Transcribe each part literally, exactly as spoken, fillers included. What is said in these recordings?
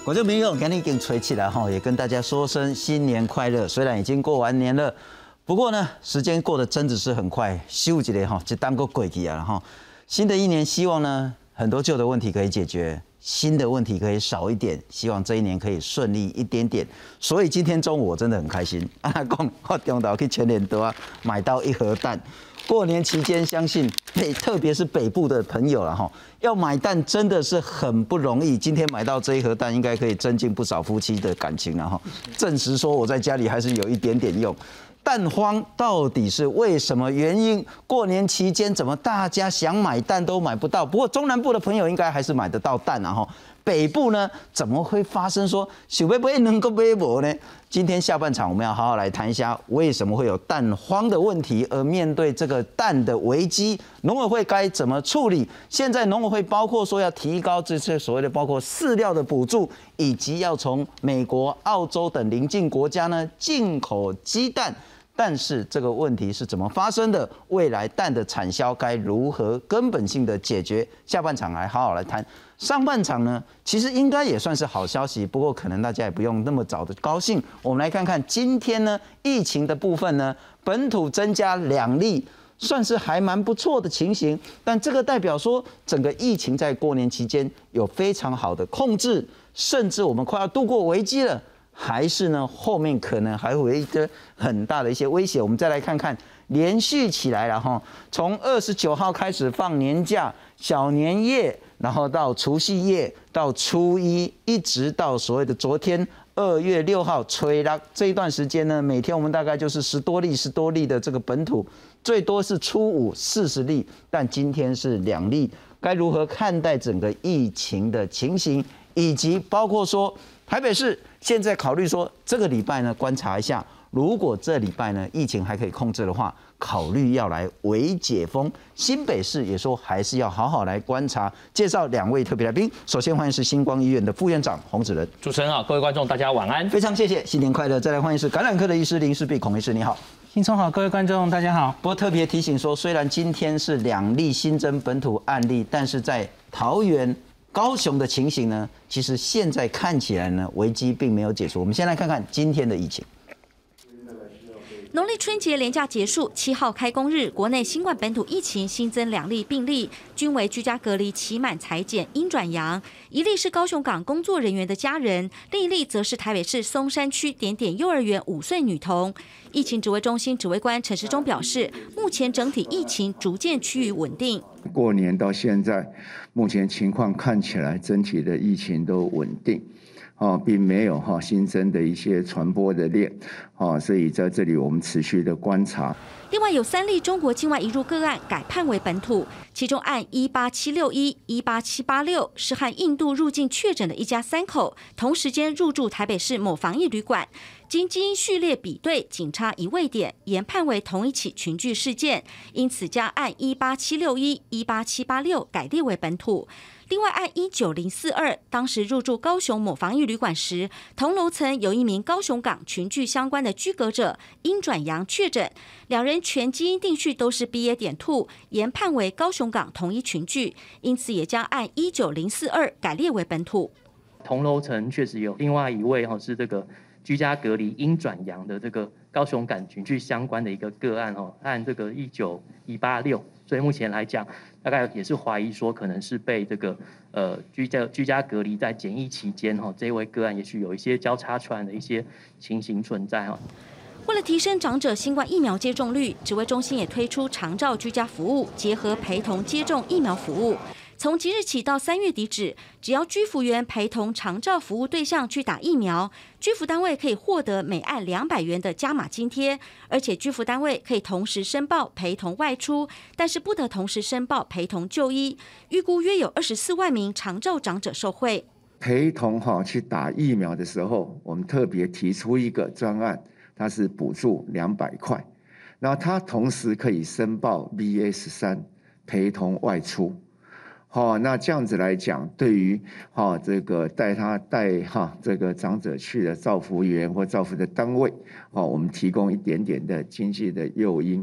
我就没有给你已经吹起来哈，也跟大家说声新年快乐。虽然已经过完年了，不过呢，时间过得真的是很快，咻一下哈，就当个鬼去啊哈。新的一年，希望呢很多旧的问题可以解决，新的问题可以少一点，希望这一年可以顺利一点点。所以今天中午我真的很开心，啊讲我中岛去全联多啊买到一盒蛋。过年期间，相信北特别是北部的朋友了哈，要买蛋真的是很不容易。今天买到这一盒蛋，应该可以增进不少夫妻的感情了哈。证实说我在家里还是有一点点用。蛋荒到底是为什么原因？过年期间怎么大家想买蛋都买不到？不过中南部的朋友应该还是买得到蛋啊哈。北部呢，怎么会发生说想要买能够买无呢？今天下半场我们要好好来谈一下为什么会有蛋荒的问题，而面对这个蛋的危机，农委会该怎么处理？现在农委会包括说要提高这些所谓的包括饲料的补助，以及要从美国、澳洲等邻近国家呢进口鸡蛋。但是这个问题是怎么发生的？未来蛋的产销该如何根本性的解决？下半场来好好来谈。上半场呢，其实应该也算是好消息，不过可能大家也不用那么早的高兴。我们来看看今天呢，疫情的部分呢，本土增加两例，算是还蛮不错的情形。但这个代表说，整个疫情在过年期间有非常好的控制，甚至我们快要度过危机了。还是呢，后面可能还会有一个很大的一些威胁。我们再来看看，连续起来了哈，从二十九号开始放年假，小年夜，然后到除夕夜，到初一，一直到所谓的昨天二月六号吹拉这一段时间呢，每天我们大概就是十多例、十多例的这个本土，最多是初五四十例，但今天是两例。该如何看待整个疫情的情形，以及包括说台北市现在考虑说这个礼拜呢观察一下，如果这礼拜呢疫情还可以控制的话，考虑要来微解封。新北市也说还是要好好来观察。介绍两位特别来宾，首先欢迎是星光医院的副院长洪子仁。 主持人好，各位观众大家晚安， 非常谢谢，新年快乐。再来欢迎是感染科的医师林世璧孔医师，你好。 新聪好，各位观众大家好。 不过特别提醒说，虽然今天是两例新增本土案例，但是在桃园、高雄的情形呢，其实现在看起来呢，危机并没有解除。我们先来看看今天的疫情。 农历春节连假结束，七号开工日，国内新冠本土疫情新增两例病例，均为居家隔离期满采检阴转阳，一例是高雄港工作人员的家人，另一例则是台北市松山区点点幼儿园五岁女童。疫情指挥中心指挥官陈时中表示，目前整体疫情逐渐趋于稳定。 过年到现在，目前情况看起来整体的疫情都稳定。哦，并没有哈新增的一些传播的链，哦，所以在这里我们持续的观察。 另外有三例中国境外移入个案改判为本土，其中案一八七六一、一八七八六是和印度入境确诊的一家三口，同时间入住台北市某防疫旅馆。经基因序列比对，仅差一位点，研判为同一起群聚事件，因此将案一八七六一、一八七八六改列为本土。另外，案一九零四二当时入住高雄某防疫旅馆时，同楼层有一名高雄港群聚相关的居隔者因转阳确诊，两人全基因定序都是 B A 点 二， 研判为高雄港同一群聚，因此也将案一九零四二改列为本土。 同楼层确实有另外一位哈是这个居家隔离因转阳的这个高雄港群聚相关的一个个案哈，按这个一九一八六，所以目前来讲，大概也是怀疑说可能是被这个呃居家居家隔离在检疫期间哈，这位个案也许有一些交叉传的一些情形存在哈。 为了提升长者新冠疫苗接种率，指挥中心也推出长照居家服务，结合陪同接种疫苗服务。从即日起到三月底止，只要居服员陪同长照服务对象去打疫苗，居服单位可以获得每案两百元的加码津贴，而且居服单位可以同时申报陪同外出，但是不得同时申报陪同就医。预估约有二十四万名长照长者受惠。 陪同哈去打疫苗的时候，我们特别提出一个专案，它是补助两百块，然后他同时可以申报 B A 十三陪同外出。好、哦，那这样子来讲，对于哈、哦、这个带他带哈这个长者去的照服员或照服的单位，哦，我们提供一点点的经济的诱因。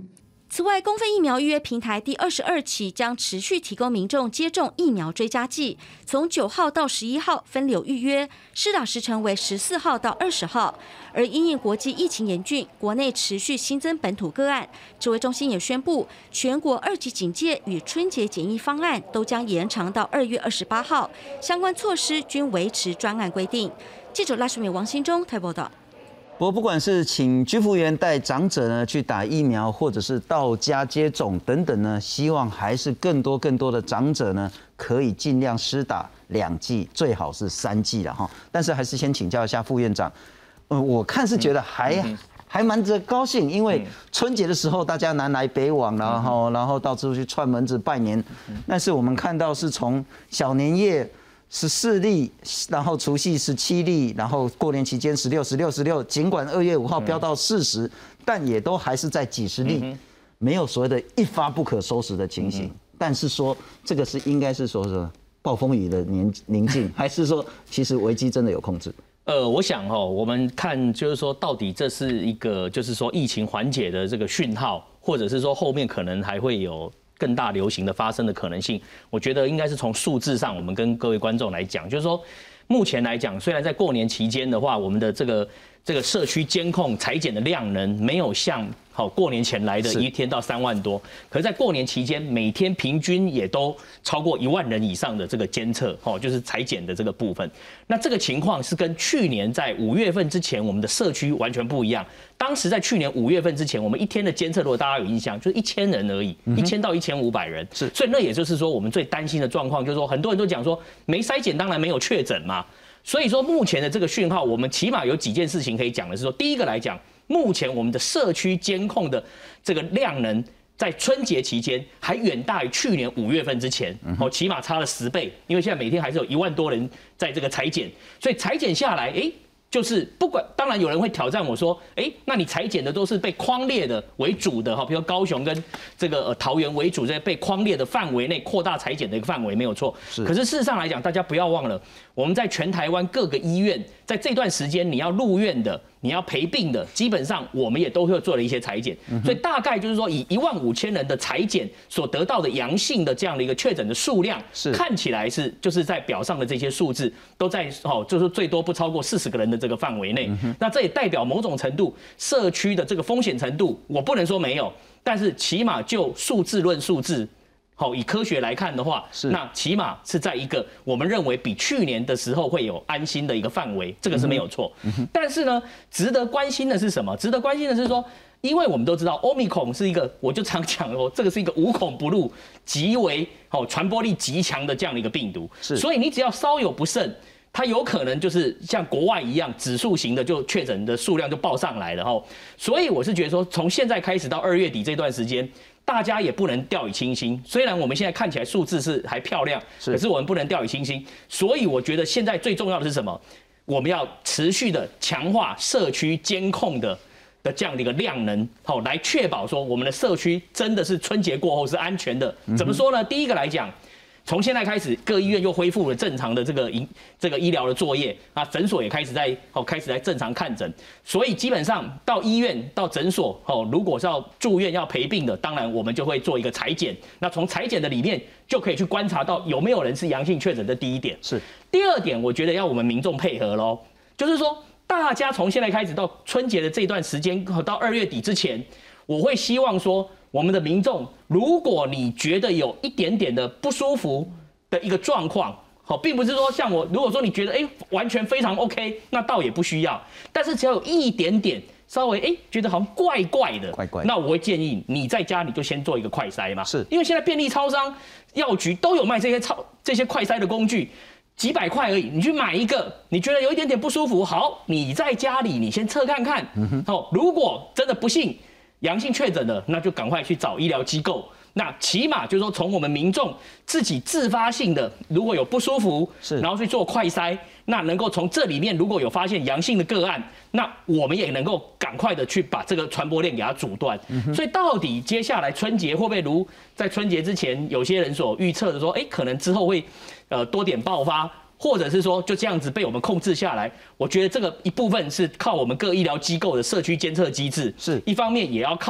此外，公费疫苗预约平台第二十二期将持续提供民众接种疫苗追加剂，从九号到十一号分流预约，施打时程为十四号到二十号。而因应国际疫情严峻，国内持续新增本土个案，指挥中心也宣布，全国二级警戒与春节检疫方案都将延长到二月二十八号，相关措施均维持专案规定。记者赖淑美、王新忠台报道。 不过，不管是请居服员带长者呢去打疫苗，或者是到家接种等等呢，希望还是更多更多的长者呢可以尽量施打两剂，最好是三剂了哈。但是还是先请教一下副院长，呃，我看是觉得还、嗯、还蛮值得高兴，因为春节的时候大家南来北往，然后然后到处去串门子拜年，但是我们看到是从小年夜十四例，然后除夕十七例，然后过年期间十六、十六、十六，尽管二月五号飙到四十，但也都还是在几十例，没有所谓的一发不可收拾的情形。但是说这个是应该是说是暴风雨的宁宁静，还是说其实危机真的有控制？ 呃，我想哦，我们看就是说，到底这是一个就是说疫情缓解的这个讯号，或者是说后面可能还会有更大流行的发生的可能性，我觉得应该是从数字上，我们跟各位观众来讲，就是说，目前来讲，虽然在过年期间的话，我们的这个这个社区监控采检的量能没有像好过年前来的一天到三万多，可是在过年期间，每天平均也都超过一万人以上的这个监测，哦，就是采检的这个部分。那这个情况是跟去年在五月份之前，我们的社区完全不一样。当时在去年五月份之前，我们一天的监测，如果大家有印象，就是一千人而已，一千到一千五百人。是，所以那也就是说，我们最担心的状况，就是说，很多人都讲说，没筛检当然没有确诊嘛。所以说，目前的这个讯号，我们起码有几件事情可以讲的是说，第一个来讲，目前我们的社区监控的这个量能，在春节期间还远大于去年五月份之前，哦，起码差了十倍，因为现在每天还是有一万多人在这个采检，所以采检下来，哎。就是不管，当然有人会挑战我说，哎，那你采检的都是被匡列的为主的哈，比如高雄跟这个呃桃园为主，在被匡列的范围内扩大采检的一个范围没有错。是。可是事实上来讲，大家不要忘了，我们在全台湾各个医院，在这段时间你要入院的，你要陪病的，基本上我们也都会做了一些采检，所以大概就是说，以一万五千人的采检所得到的阳性的这样的一个确诊的数量，是看起来是就是在表上的这些数字都在哦，就是最多不超过四十个人的这个范围内。那这也代表某种程度社区的这个风险程度，我不能说没有，但是起码就数字论数字。好，以科学来看的话，是那起码是在一个我们认为比去年的时候会有安心的一个范围，这个是没有错。嗯、但是呢，值得关心的是什么？值得关心的是说，因为我们都知道 Omicron 是一个，我就常讲哦，这个是一个无孔不入、极为哦传播力极强的这样的一个病毒，是，所以你只要稍有不慎，它有可能就是像国外一样指数型的，就确诊的数量就报上来了哈。所以我是觉得说，从现在开始到二月底这段时间。大家也不能掉以轻心，虽然我们现在看起来数字是还漂亮，可是我们不能掉以轻心。所以我觉得现在最重要的是什么？我们要持续的强化社区监控的的这样的一个量能，好，来确保说我们的社区真的是春节过后是安全的。怎么说呢？第一个来讲。从现在开始，各医院又恢复了正常的这个医这个医疗的作业啊，诊所也开始在哦开始在正常看诊，所以基本上到医院到诊所哦，如果是要住院要陪病的，当然我们就会做一个采检。那从采检的里面就可以去观察到有没有人是阳性确诊的第一点。是第二点，我觉得要我们民众配合咯，就是说大家从现在开始到春节的这段时间到二月底之前，我会希望说。我们的民众，如果你觉得有一点点的不舒服的一个状况，好，并不是说像我，如果说你觉得哎、欸、完全非常 OK， 那倒也不需要。但是只要有一点点稍微哎、欸、觉得好像怪怪的，怪怪的，那我会建议你在家你就先做一个快筛嘛，是因为现在便利超商、药局都有卖这些超这些快筛的工具。几百块而已，你去买一个，你觉得有一点点不舒服，好，你在家里你先测看看，好，如果真的不幸。阳性确诊了，那就赶快去找医疗机构。那起码就是说，从我们民众自己自发性的，如果有不舒服，是然后去做快筛，那能够从这里面如果有发现阳性的个案，那我们也能够赶快的去把这个传播链给它阻断。嗯、所以到底接下来春节会不会如在春节之前有些人所预测的说，哎，可能之后会呃多点爆发？或者是说就这样子被我们控制下来，我觉得这个一部分是靠我们各医疗机构的社区监测机制，是一方面也要靠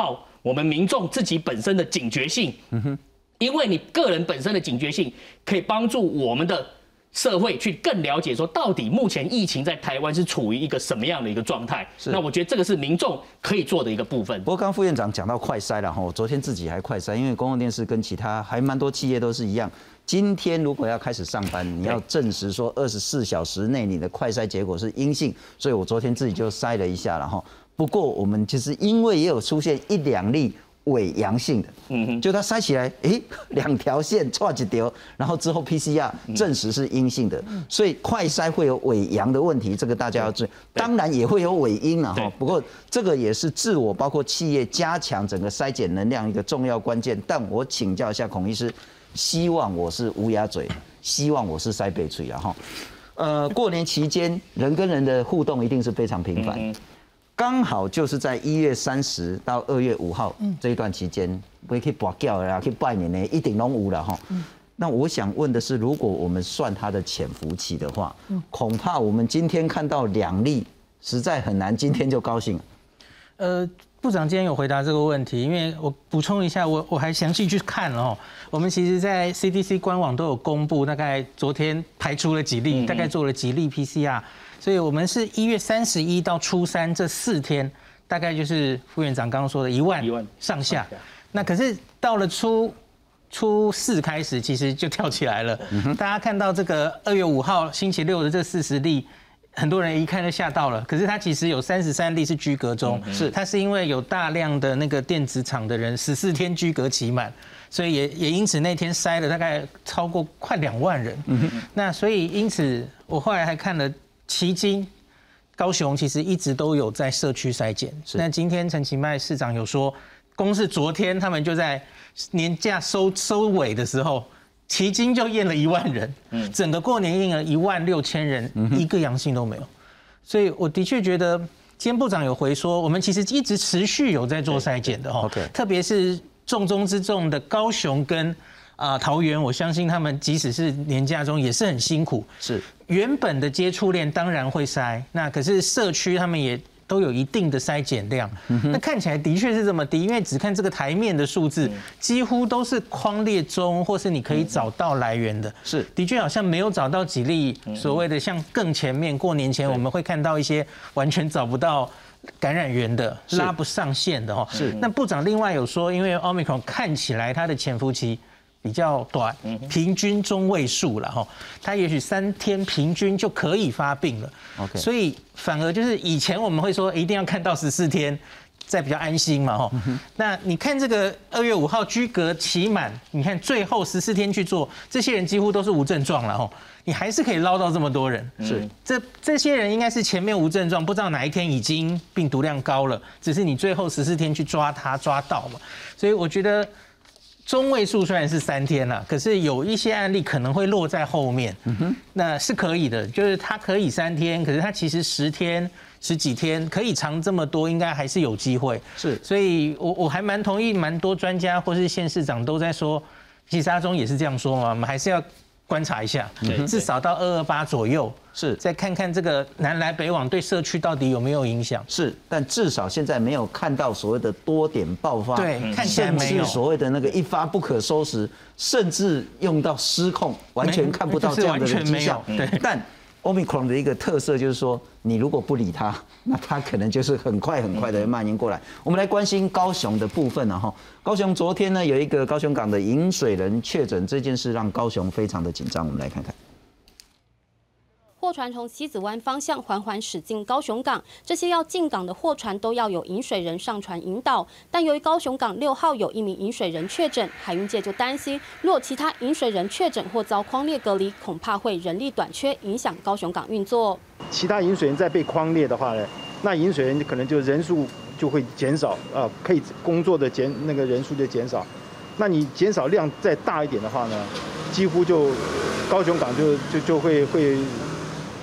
我们民众自己本身的警觉性。嗯哼，因为你个人本身的警觉性，可以帮助我们的社会去更了解说，到底目前疫情在台湾是处于一个什么样的一个状态。那我觉得这个是民众可以做的一个部分。 不过刚刚副院长讲到快筛了哈，我昨天自己还快筛，因为公共电视跟其他还蛮多企业都是一样。今天如果要开始上班，你要证实说二十四小时内你的快筛结果是阴性，所以我昨天自己就筛了一下了哈。不过我们其实因为也有出现一两例伪阳性的，嗯哼，就它筛起来，诶，两条线错一条，然后之后 P C R 证实是阴性的，所以快筛会有伪阳的问题，这个大家要注意。当然也会有伪阴啊，哈，不过这个也是自我包括企业加强整个筛检能量一个重要关键。但我请教一下孔医师，希望我是乌鸦嘴，希望我是塞北嘴啊，哈。呃，过年期间人跟人的互动一定是非常频繁。刚好就是在一月三十到二月五号这一段期间，不会去拔轿啦，去拜年呢，一定拢有啦哈。那我想问的是，如果我们算它的潜伏期的话，恐怕我们今天看到两例，实在很难今天就高兴。 呃，部长今天有回答这个问题，因为我补充一下，我我还详细去看了哦。我们其实，在 C D C 官网都有公布，大概昨天排出了几例，大概做了几例 P C R。所以我们是一月三十一到初三这四天，大概就是副院长刚刚说的一万上下。那可是到了初初四开始，其实就跳起来了。大家看到这个二月五号星期六的这四十例，很多人一看就吓到了。可是它其实有三十三例是居隔中，是它是因为有大量的那个电子厂的人十四天居隔期满。所以也也因此那天筛了大概超过快两万人。那所以因此我后来还看了。旗津、高雄其实一直都有在社区筛检。那今天陈其迈市长有说，公视昨天他们就在年假收收尾的时候，旗津就验了一万人，整个过年验了一万六千人，一个阳性都没有。所以我的确觉得，今天部长有回说，我们其实一直持续有在做筛检的哈，特别是重中之重的高雄跟。啊，桃园，我相信他们即使是年假中也是很辛苦。是原本的接触链当然会筛，那可是社区他们也都有一定的筛检量。那看起来的确是这么低，因为只看这个台面的数字，几乎都是匡列中，或是你可以找到来源的。是的确好像没有找到几例所谓的像更前面过年前我们会看到一些完全找不到。感染源的拉不上线的哈。是那部长另外有说，因为 Omicron 看起来它的潜伏期。比较短，平均中位数了哈，它也许三天平均就可以发病了。OK， 所以反而就是以前我们会说一定要看到十四天，再比较安心嘛哈。那你看这个二月五号居隔期满，你看最后十四天去做，这些人几乎都是无症状了哈，你还是可以捞到这么多人。是，这这些人应该是前面无症状，不知道哪一天已经病毒量高了，只是你最后十四天去抓它抓到嘛。所以我觉得。中位数虽然是三天了，可是有一些案例可能会落在后面，嗯、那是可以的，就是它可以三天，可是它其实十天、十几天可以长这么多，应该还是有机会。是，所以我我还蛮同意，蛮多专家或是县市长都在说，其实阿中也是这样说嘛，我们还是要观察一下，至少到二二八左右，是再看看这个南来北往对社区到底有没有影响。是，但至少现在没有看到所谓的多点爆发，对，看起来没有所谓的那个一发不可收拾，甚至用到失控，完全看不到这样的迹象。对，但。Omicron 的一个特色就是说，你如果不理它，那它可能就是很快很快的蔓延过来。我们来关心高雄的部分啊，哈，高雄昨天呢有一个高雄港的饮水人确诊，这件事让高雄非常的紧张。我们来看看。 货船从西子湾方向缓缓驶进高雄港，这些要进港的货船都要有引水人上船引导。但由于高雄港六号有一名引水人确诊，海运界就担心，若其他引水人确诊或遭匡列隔离，恐怕会人力短缺，影响高雄港运作。 其他引水人再被匡列的话呢，那引水人可能就人数就会减少，啊，可以工作的减那个人数就减少。那你减少量再大一点的话呢，几乎就高雄港就就就会会。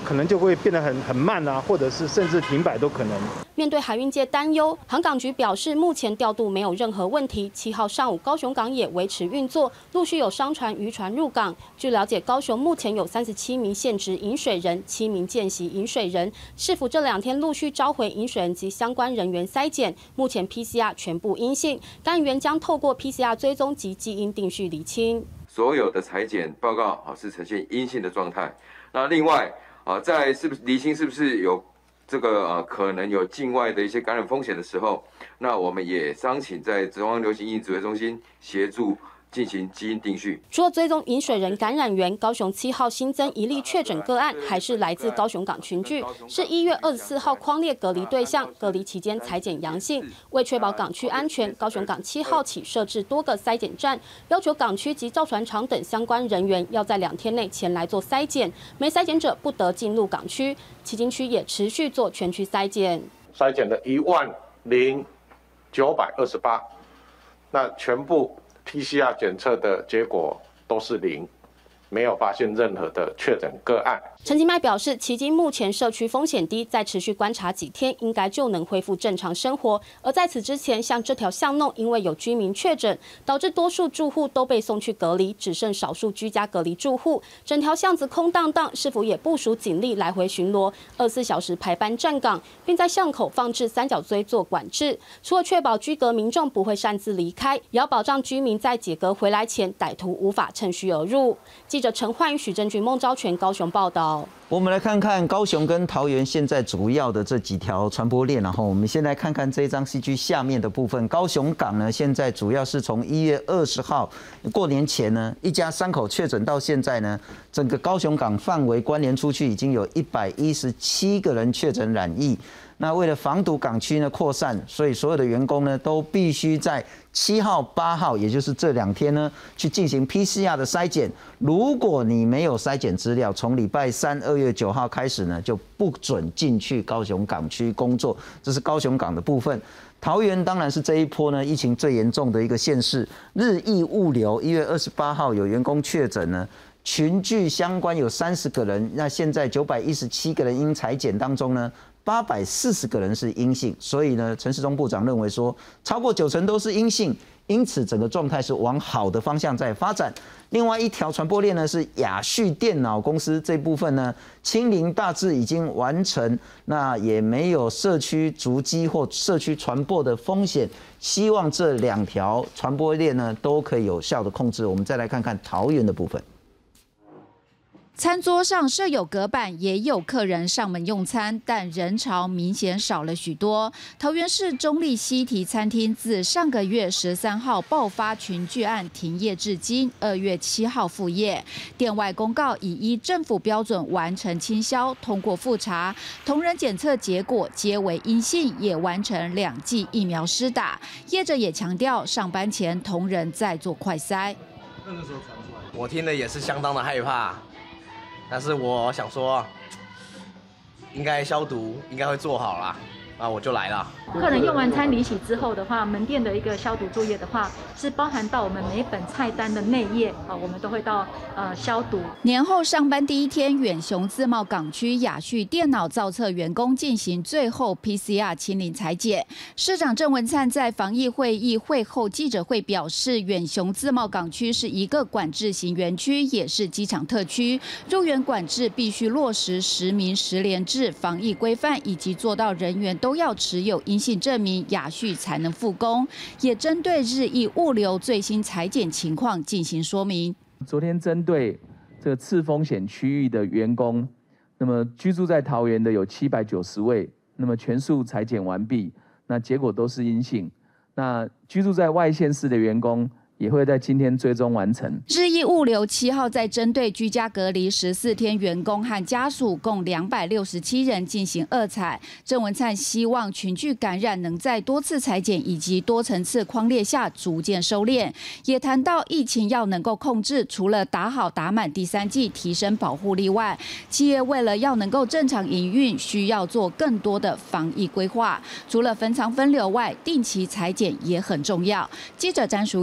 可能就会变得很很慢啊，或者是甚至停摆都可能。 面对海运界担忧，航港局表示，目前调度没有任何问题。七号上午，高雄港也维持运作，陆续有商船、渔船入港。据了解，高雄目前有三十七名现职饮水人，七名见习饮水人。市府这两天陆续召回饮水人及相关人员筛检，目前 P C R 全部阴性，干员将透过 P C R 追踪及基因定序厘清。 所有的采检报告啊是呈现阴性的状态。那另外啊，在是不是厘清是不是有这个呃可能有境外的一些感染风险的时候，那我们也商请在中央流行疫情指挥中心协助进行基因定序。 除了追踪饮水人感染源，高雄七号新增一例确诊个案，还是来自高雄港群聚，是一月二十四号匡列隔离对象，隔离期间采检阳性。为确保港区安全，高雄港七号起设置多个筛检站，要求港区及造船厂等相关人员要在两天内前来做筛检，没筛检者不得进入港区。旗津区也持续做全区筛检， 筛检的一万零九百二十八，那全部 P C R 检测的结果都是零，没有发现任何的确诊个案。 陈其迈表示，旗津目前社区风险低，再持续观察几天，应该就能恢复正常生活。而在此之前，像这条巷弄因为有居民确诊，导致多数住户都被送去隔离，只剩少数居家隔离住户，整条巷子空荡荡。市府也部署警力来回巡逻，二十四小时排班站岗，并在巷口放置三角锥做管制。除了确保居隔民众不会擅自离开，也要保障居民在解隔回来前，歹徒无法趁虚而入。记者陈焕宇、许正军、孟昭全高雄报道。 我们来看看高雄跟桃园现在主要的这几条传播链，然后我们先来看看这张 C G 下面的部分。高雄港呢，现在主要是从一月二十号过年前呢，一家三口确诊到现在呢，整个高雄港范围关联出去已经有一百一十七个人确诊染疫。那为了防堵港区呢扩散，所以所有的员工呢都必须在七号、八号，也就是这两天呢，去进行 P C R 的筛检。如果你没有筛检资料，从礼拜三二月九号开始呢，就不准进去高雄港区工作。这是高雄港的部分。桃园当然是这一波呢疫情最严重的一个县市。日益物流一月二十八号有员工确诊呢。群聚相关有三十个人，那现在九百一十七个人因采检当中呢，八百四十个人是阴性，所以呢，陈时中部长认为说，超过九成都是阴性，因此整个状态是往好的方向在发展。另外一条传播链呢是亚旭电脑公司这部分呢，清零大致已经完成，那也没有社区足迹或社区传播的风险。希望这两条传播链呢都可以有效的控制。我们再来看看桃园的部分。 餐桌上设有隔板，也有客人上门用餐，但人潮明显少了许多。桃园市中立西堤餐厅自上个月十三号爆发群聚案停业至今，二月七号复业。店外公告已依政府标准完成清消，通过复查，同仁检测结果皆为阴性，也完成两剂疫苗施打。业者也强调，上班前同仁在做快筛。 那个时候传出来，我听了也是相当的害怕。但是我想说，应该消毒应该会做好啦，啊，我就来了。 客人用完餐离席之后的话，门店的一个消毒作业的话，是包含到我们每本菜单的内页啊，我们都会到呃消毒。 年后上班第一天，远雄自贸港区亚旭电脑造册员工进行最后 P C R 清零采检。市长郑文灿在防疫会议会后记者会表示，远雄自贸港区是一个管制型园区，也是机场特区，入园管制必须落实实名实联制防疫规范，以及做到人员都要持有阴性证明，亚旭才能复工。也针对日益物流最新采检情况进行说明。 昨天针对这个次风险区域的员工，那么居住在桃园的有七百九十位，那么全数采检完毕，那结果都是阴性。那居住在外县市的员工，也会在今天追踪完成。 日益物流七号在针对居家隔离十四天员工和家属共两百六十七人进行二采。郑文灿希望群聚感染能在多次采检以及多层次匡列下逐渐收敛。也谈到疫情要能够控制，除了打好打满第三剂提升保护力外，企业为了要能够正常营运，需要做更多的防疫规划。除了分仓分流外，定期采检也很重要。记者詹淑云。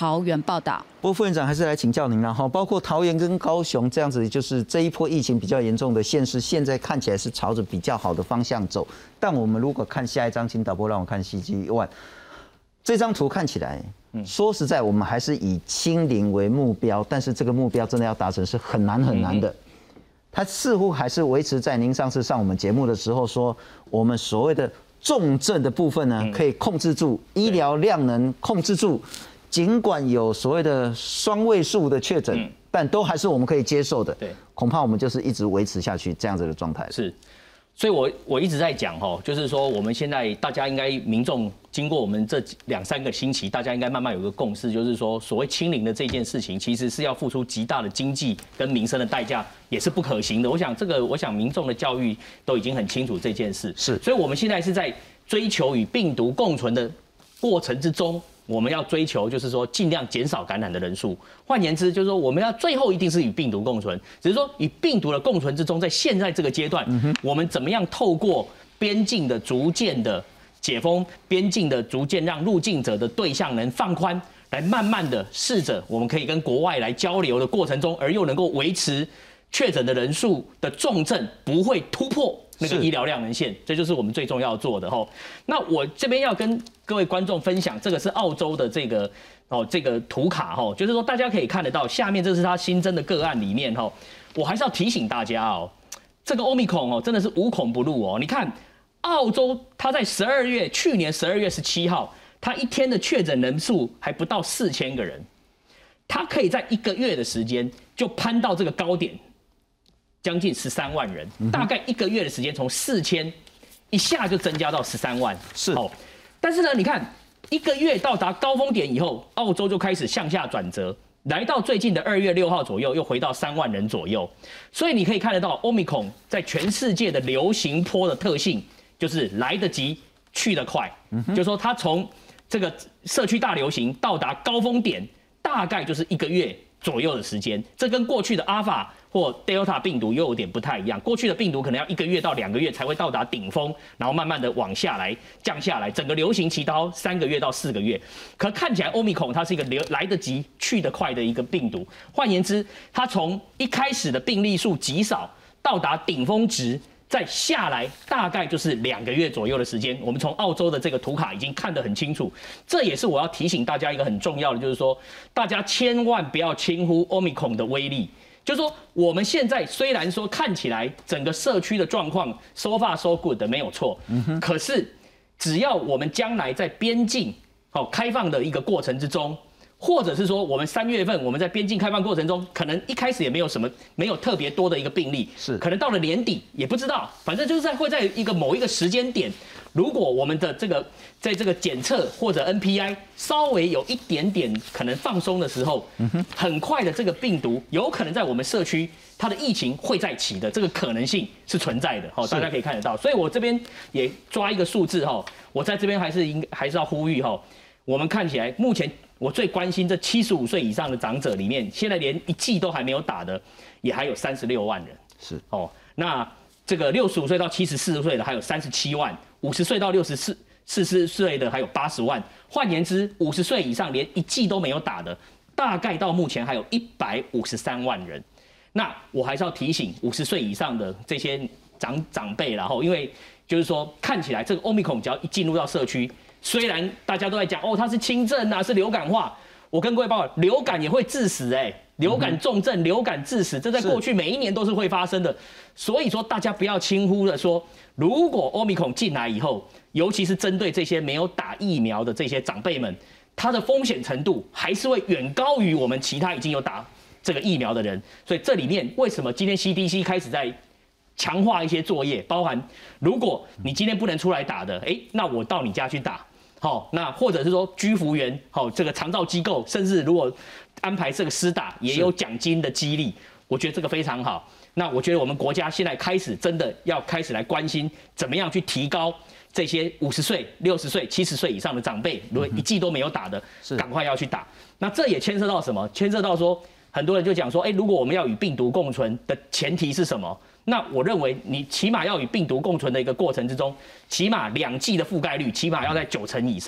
桃园报道。 不过副院长还是来请教您了哈，包括桃园跟高雄这样子，就是这一波疫情比较严重的县市，现在看起来是朝着比较好的方向走。但我们如果看下一张，请导播让我看 C G one， 这张图看起来，说实在，我们还是以清零为目标，但是这个目标真的要达成是很难很难的。它似乎还是维持在您上次上我们节目的时候说，我们所谓的重症的部分呢，可以控制住，医疗量能控制住。尽管有所谓的双位数的确诊，嗯、但都还是我们可以接受的。对，恐怕我们就是一直维持下去这样子的状态。 是，所以我我一直在讲哈，就是说我们现在大家应该民众经过我们这两三个星期，大家应该慢慢有个共识，就是说所谓清零的这件事情，其实是要付出极大的经济跟民生的代价，也是不可行的。我想这个，我想民众的教育都已经很清楚这件事。是，所以我们现在是在追求与病毒共存的过程之中。我们要追求，就是说尽量减少感染的人数。换言之，就是说我们要最后一定是与病毒共存，只是说与病毒的共存之中，在现在这个阶段，嗯、我们怎么样透过边境的逐渐的解封，边境的逐渐让入境者的对象能放宽，来慢慢的试着我们可以跟国外来交流的过程中，而又能够维持确诊的人数的重症不会突破那个医疗量能线，这就是我们最重要做的吼。那我这边要跟各位观众分享，这个是澳洲的这个哦这个图卡吼，就是说大家可以看得到，下面这是它新增的个案里面吼，我还是要提醒大家哦，这个 Omicron 哦真的是无孔不入哦。你看澳洲它在十二月去年十二月十七号，它一天的确诊人数还不到四千个人，它可以在一个月的时间就攀到这个高点。将近十三万人，大概一个月的时间，从四千一下就增加到十三万。是哦，但是呢，你看一个月到达高峰点以后，澳洲就开始向下转折，来到最近的二月六号左右，又回到三万人左右。所以你可以看得到 ，Omicron 在全世界的流行波的特性就是来得及，去得快。嗯、就是说它从这个社区大流行到达高峰点，大概就是一个月左右的时间。这跟过去的 Alpha 或 Delta 病毒又有点不太一样，过去的病毒可能要一个月到两个月才会到达顶峰，然后慢慢的往下来降下来，整个流行期到三个月到四个月。可看起来 Omicron 它是一个流来得及去得快的一个病毒，换言之，它从一开始的病例数极少，到达顶峰值，再下来大概就是两个月左右的时间。我们从澳洲的这个图卡已经看得很清楚，这也是我要提醒大家一个很重要的，就是说大家千万不要轻忽 Omicron 的威力。就是说，我们现在虽然说看起来整个社区的状况 so far so good 的没有错，嗯、可是只要我们将来在边境好开放的一个过程之中，或者是说我们三月份我们在边境开放过程中，可能一开始也没有什么没有特别多的一个病例，是可能到了年底也不知道，反正就是在会在一个某一个时间点，如果我们的这个在这个检测或者 N P I 稍微有一点点可能放松的时候，很快的这个病毒有可能在我们社区它的疫情会再起的这个可能性是存在的，好，大家可以看得到。所以我这边也抓一个数字哈，我在这边还是应还是要呼吁哈，我们看起来目前我最关心这七十五岁以上的长者里面，现在连一剂都还没有打的，也还有三十六万人。是哦，那这个六十五岁到七十四岁的还有三十七万，五十岁到六十四四十岁的还有八十万。换言之，五十岁以上连一剂都没有打的，大概到目前还有一百五十三万人。那我还是要提醒五十岁以上的这些长长辈，然后因为就是说看起来这个 Omicron 只要一进入到社区，虽然大家都在讲哦它是轻症啊，是流感化，我跟各位报告，流感也会致死哎、欸。流感重症、流感致死，这在过去每一年都是会发生的。所以说，大家不要轻忽的说，如果 Omicron 进来以后，尤其是针对这些没有打疫苗的这些长辈们，它的风险程度还是会远高于我们其他已经有打这个疫苗的人。所以这里面为什么今天 C D C 开始在强化一些作业，包含如果你今天不能出来打的，哎，那我到你家去打。好，那或者是说居服员，好，这个长照机构，甚至如果安排这个施打，也有奖金的激励，我觉得这个非常好。那我觉得我们国家现在开始真的要开始来关心，怎么样去提高这些五十岁、六十岁、七十岁以上的长辈，如果一剂都没有打的，赶快要去打。那这也牵涉到什么？牵涉到说，很多人就讲说，哎，如果我们要与病毒共存的前提是什么？那我认为，你起码要与病毒共存的一个过程之中，起码两剂的覆盖率起码要在九成以上。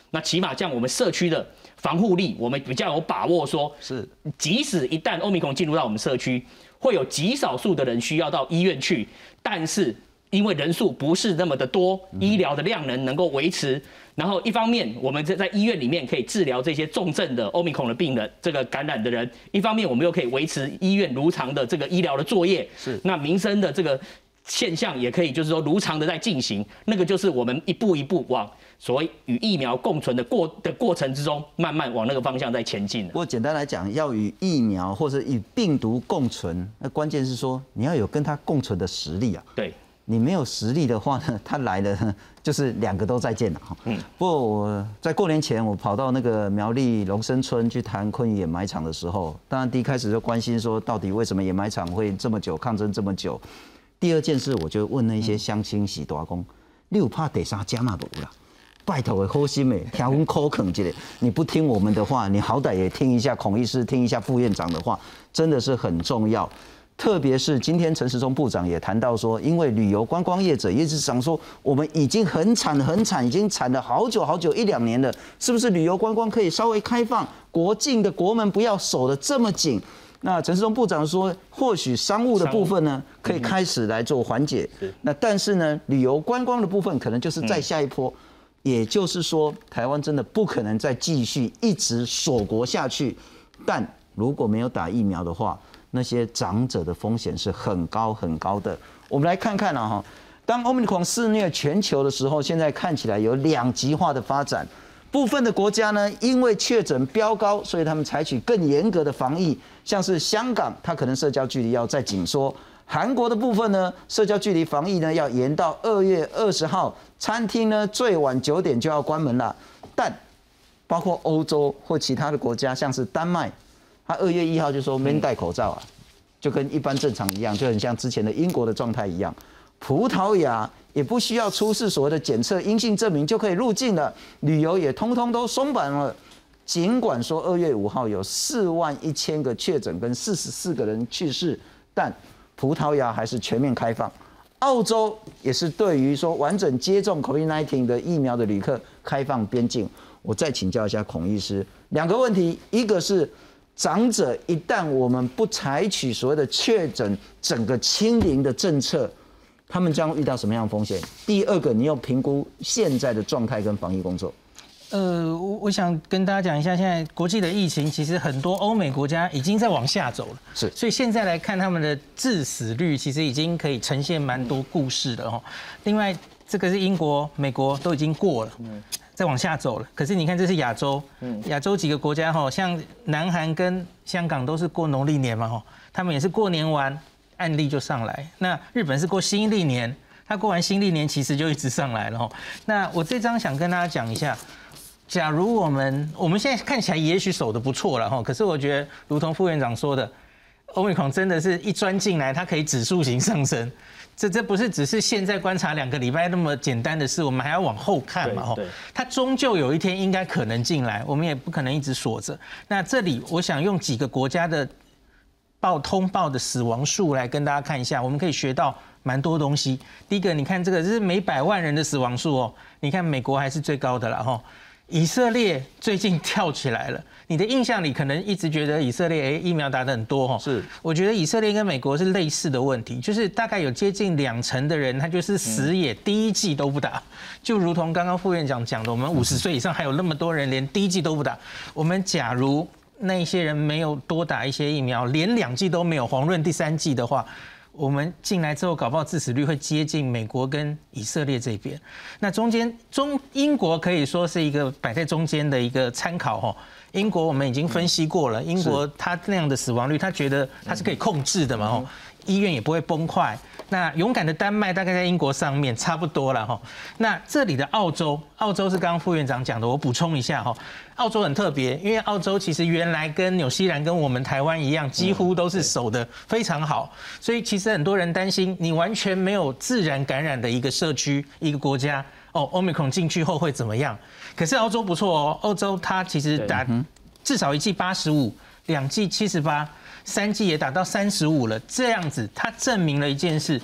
那起码这样我们社区的防护力，我们比较有把握说， 是即使一旦 Omicron 进入到我们社区，会有极少数的人需要到医院去，但是因为人数不是那么的多，医疗的量能能够维持。然后一方面，我们在在医院里面可以治疗这些重症的 Omicron 的病人，这个感染的人；一方面，我们又可以维持医院如常的这个医疗的作业。 是， 那民生的这个现象也可以就是说如常的在进行。那个就是我们一步一步往所谓与疫苗共存的过的过程之中，慢慢往那个方向在前进。 不过简单来讲，要与疫苗或者与病毒共存，那关键是说你要有跟它共存的实力啊。 对。 你没有实力的话呢，他来了就是两个都再见了哈。嗯。不过我在过年前，我跑到那个苗栗龙生村去谈昆宇掩埋场的时候，当然第一开始就关心说，到底为什么掩埋场会这么久抗争这么久？第二件事，我就问那些乡亲喜大公，你有怕第三家嘛无啦？拜托的好心的，听我口肯一下，你不听我们的话，你好歹也听一下孔医师，听一下副院长的话，真的是很重要。特别是今天陈时中部长也谈到说，因为旅游观光业者一直想说，我们已经很惨很惨，已经惨了好久好久一两年了，是不是旅游观光可以稍微开放，国境的国门不要守得这么紧？那陈时中部长说，或许商务的部分呢，可以开始来做缓解。那但是呢，旅游观光的部分可能就是再下一波。也就是说，台湾真的不可能再继续一直锁国下去。但如果没有打疫苗的话，那些长者的风险是很高很高的。我们来看看啊哈，当 Omicron 肆虐全球的时候，现在看起来有两极化的发展。部分的国家呢，因为确诊飙高，所以他们采取更严格的防疫，像是香港，它可能社交距离要再紧缩。韩国的部分呢，社交距离防疫呢要延到二月二十号，餐厅呢最晚九点就要关门了。但包括欧洲或其他的国家，像是丹麦。他二月一号就说免戴口罩啊，就跟一般正常一样，就很像之前的英国的状态一样。葡萄牙也不需要出示所谓的检测阴性证明就可以入境了，旅游也通通都松绑了。尽管说二月五号有四万一千个确诊跟四十四个人去世，但葡萄牙还是全面开放。澳洲也是对于说完整接种 COVID 十九 的疫苗的旅客开放边境。我再请教一下孔医师，两个问题，一个是。长者一旦我们不采取所谓的确诊整个清零的政策，他们将遇到什么样的风险？第二个，你要评估现在的状态跟防疫工作。 呃，我我想跟大家讲一下，现在国际的疫情其实很多欧美国家已经在往下走了， 是， 所以现在来看他们的致死率其实已经可以呈现蛮多故事的哦。另外，这个是英国、美国都已经过了。嗯，再往下走了，可是你看这是亚洲，亚洲几个国家哈，像南韩跟香港都是过农历年嘛哈，他们也是过年完案例就上来。那日本是过新历年，他过完新历年其实就一直上来了哈。那我这张想跟大家讲一下，假如我们我们现在看起来也许守得不错了哈，可是我觉得如同副院长说的，Omicron真的是一钻进来，它可以指数型上升。这这不是只是现在观察两个礼拜那么简单的事，我们还要往后看嘛？吼，它终究有一天应该可能进来，我们也不可能一直锁着。那这里我想用几个国家的报通报的死亡数来跟大家看一下，我们可以学到蛮多东西。第一个，你看这个是每百万人的死亡数哦，你看美国还是最高的啦，吼。以色列最近跳起来了，你的印象里可能一直觉得以色列哎疫苗打得很多哈，是，我觉得以色列跟美国是类似的问题，就是大概有接近两成的人他就是死也第一剂都不打，就如同刚刚副院长讲的，我们五十岁以上还有那么多人连第一剂都不打，我们假如那些人没有多打一些疫苗，连两剂都没有，遑论第三剂的话。我们进来之后，搞不好致死率会接近美国跟以色列这边。那中间中英国可以说是一个摆在中间的一个参考哈。英国我们已经分析过了，英国它那样的死亡率，他觉得它是可以控制的嘛哈，医院也不会崩溃。那勇敢的丹麦大概在英国上面差不多了哈。那这里的澳洲，澳洲是刚刚副院长讲的，我补充一下哈。澳洲很特别，因为澳洲其实原来跟纽西兰跟我们台湾一样，几乎都是守得非常好，所以其实很多人担心你完全没有自然感染的一个社区、一个国家，哦 ，Omicron 进去后会怎么样？可是澳洲不错哦，澳洲它其实打至少一剂八十五，两剂七十八。三剂也打到三十五了，这样子，它证明了一件事：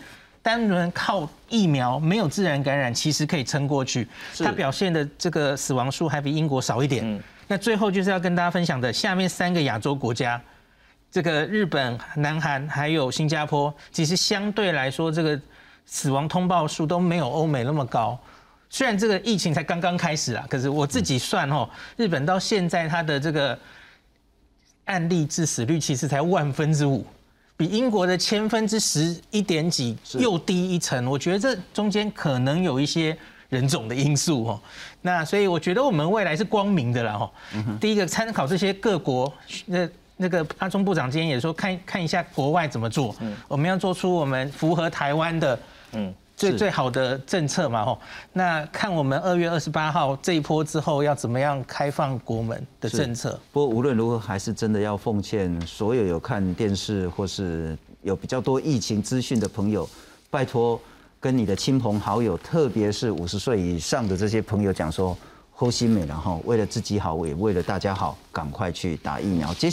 单纯靠疫苗没有自然感染，其实可以撑过去。它表现的这个死亡数还比英国少一点。嗯、那最后就是要跟大家分享的，下面三个亚洲国家，这个日本、南韩还有新加坡，其实相对来说，这个死亡通报数都没有欧美那么高。虽然这个疫情才刚刚开始啊，可是我自己算哦，日本到现在它的这个案例致死率其实才万分之五。比英国的千分之十一点几又低一层，我觉得这中间可能有一些人种的因素哦。那所以我觉得我们未来是光明的啦哈。第一个参考这些各国，那那个阿中部长今天也说看看一下国外怎么做，我们要做出我们符合台湾的嗯。最最好的政策嘛吼，那看我们二月二十八号这一波之后要怎么样开放国门的政策。 不过无论如何，还是真的要奉劝所有有看电视或是有比较多疫情资讯的朋友，拜托跟你的亲朋好友，特别是五十岁以上的这些朋友讲说，好心美，然后为了自己好，也为了大家好，赶快去打疫苗。